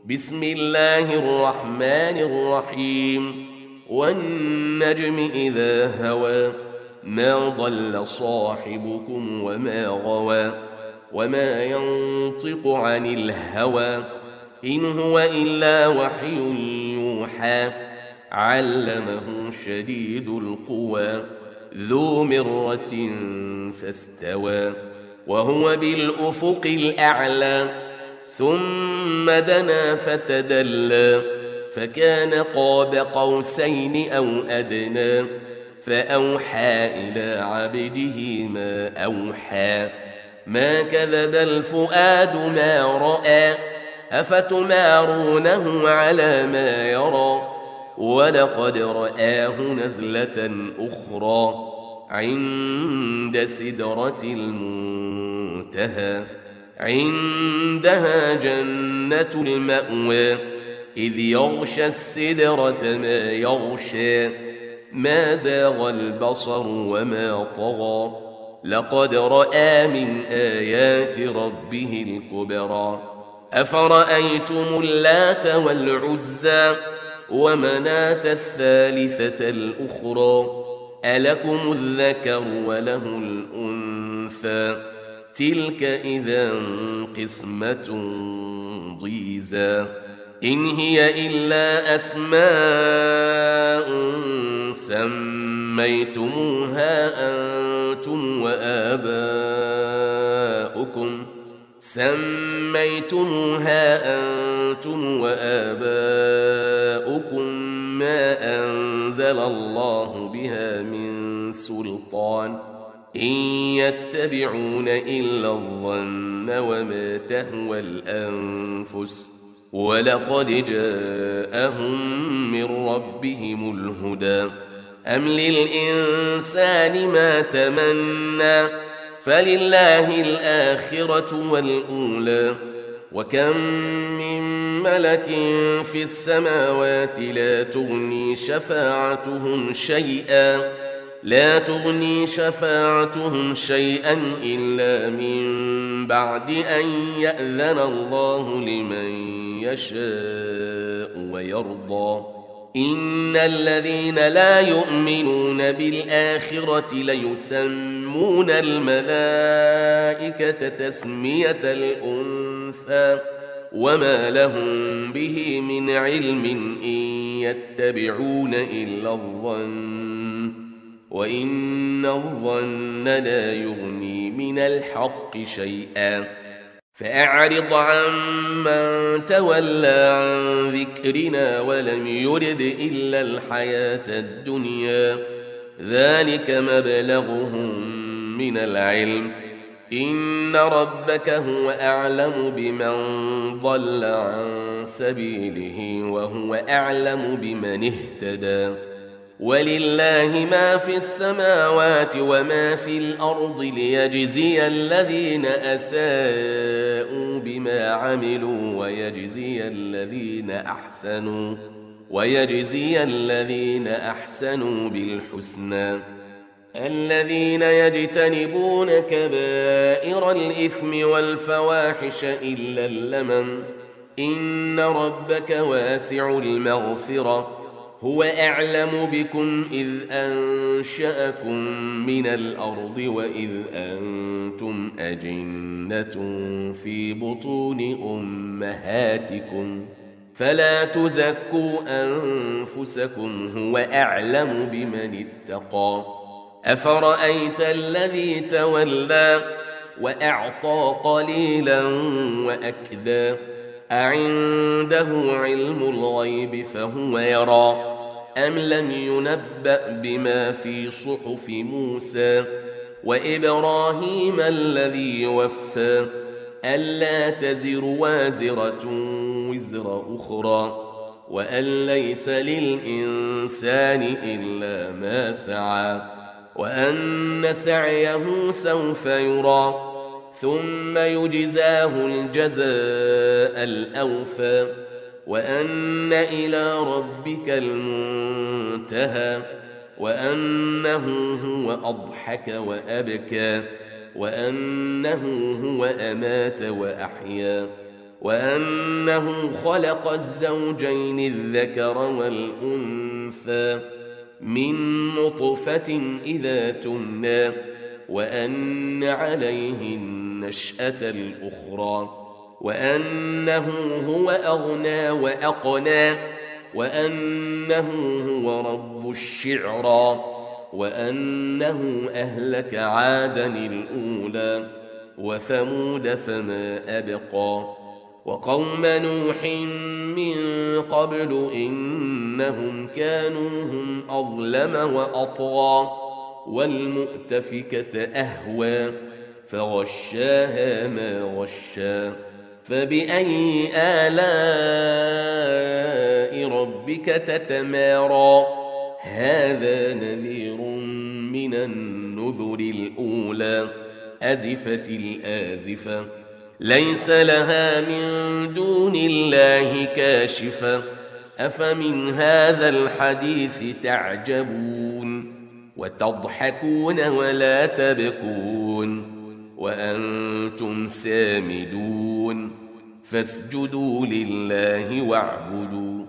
بسم الله الرحمن الرحيم والنجم إذا هوى ما ضل صاحبكم وما غوى وما ينطق عن الهوى إن هو إلا وحي يوحى علمه شديد القوى ذو مرة فاستوى وهو بالأفق الأعلى ثم دنا فتدلى فكان قاب قوسين أو أدنى فأوحى إلى عبده ما أوحى ما كذب الفؤاد ما رأى أفتمارونه على ما يرى ولقد رآه نزلة أخرى عند سدرة المنتهى عندها جنة المأوى إذ يغشى السدرة ما يغشى ما زاغ البصر وما طغى لقد رأى من آيات ربه الكبرى أفرأيتم اللات والعزى ومناة الثالثة الأخرى ألكم الذكر وله الأنثى تلك إذا قسمة ضيزى إن هي إلا أسماء سميتموها أنتم وآباؤكم ما أنزل الله بها من سلطان إن يتبعون إلا الظن وما تهوى الأنفس ولقد جاءهم من ربهم الهدى أم للإنسان ما تمنى فلله الآخرة والأولى وكم من ملك في السماوات لا تغني شفاعتهم شيئا إلا من بعد أن يأذن الله لمن يشاء ويرضى إن الذين لا يؤمنون بالآخرة ليسمون الملائكة تسمية الأنثى وما لهم به من علم إن يتبعون إلا الظن وإن الظن لا يغني من الحق شيئا فأعرض عمن تولى عن ذكرنا ولم يرد إلا الحياة الدنيا ذلك مبلغهم من العلم إن ربك هو أعلم بمن ضل عن سبيله وهو أعلم بمن اهتدى ولله ما في السماوات وما في الأرض ليجزي الذين أساءوا بما عملوا ويجزي الذين أحسنوا بالحسنى الذين يجتنبون كبائر الإثم والفواحش إلا اللمم إن ربك واسع المغفرة هو أعلم بكم إذ أنشأكم من الأرض وإذ أنتم أجنة في بطون أمهاتكم فلا تزكوا أنفسكم هو أعلم بمن اتقى أفرأيت الذي تولى وأعطى قليلا وأكدى أعنده علم الغيب فهو يرى أم لم ينبأ بما في صحف موسى وإبراهيم الذي وفى ألا تزر وازرة وزر أخرى وأن ليس للإنسان إلا ما سعى وأن سعيه سوف يرى ثم يجزاه الجزاء الأوفى وأن إلى ربك المنتهى وأنه هو أضحك وأبكى وأنه هو أمات وأحيا وأنه خلق الزوجين الذكر والأنثى من نطفة إذا تمنى وأن عليه النشأة الأخرى وأنه هو أغنى وأقنى وأنه هو رب الشعرى وأنه أهلك عادا الأولى وثمود فما أبقى وقوم نوح من قبل إنهم كانوا هم أظلم وأطغى والمؤتفكة أهوى فغشاها ما غشا فبأي آلاء ربك تتمارى هذا نذير من النذر الأولى أزفت الآزفة ليس لها من دون الله كاشفة أفمن هذا الحديث تعجبون وتضحكون ولا تبكون وأنتم سامدون فاسجدوا لله واعبدوا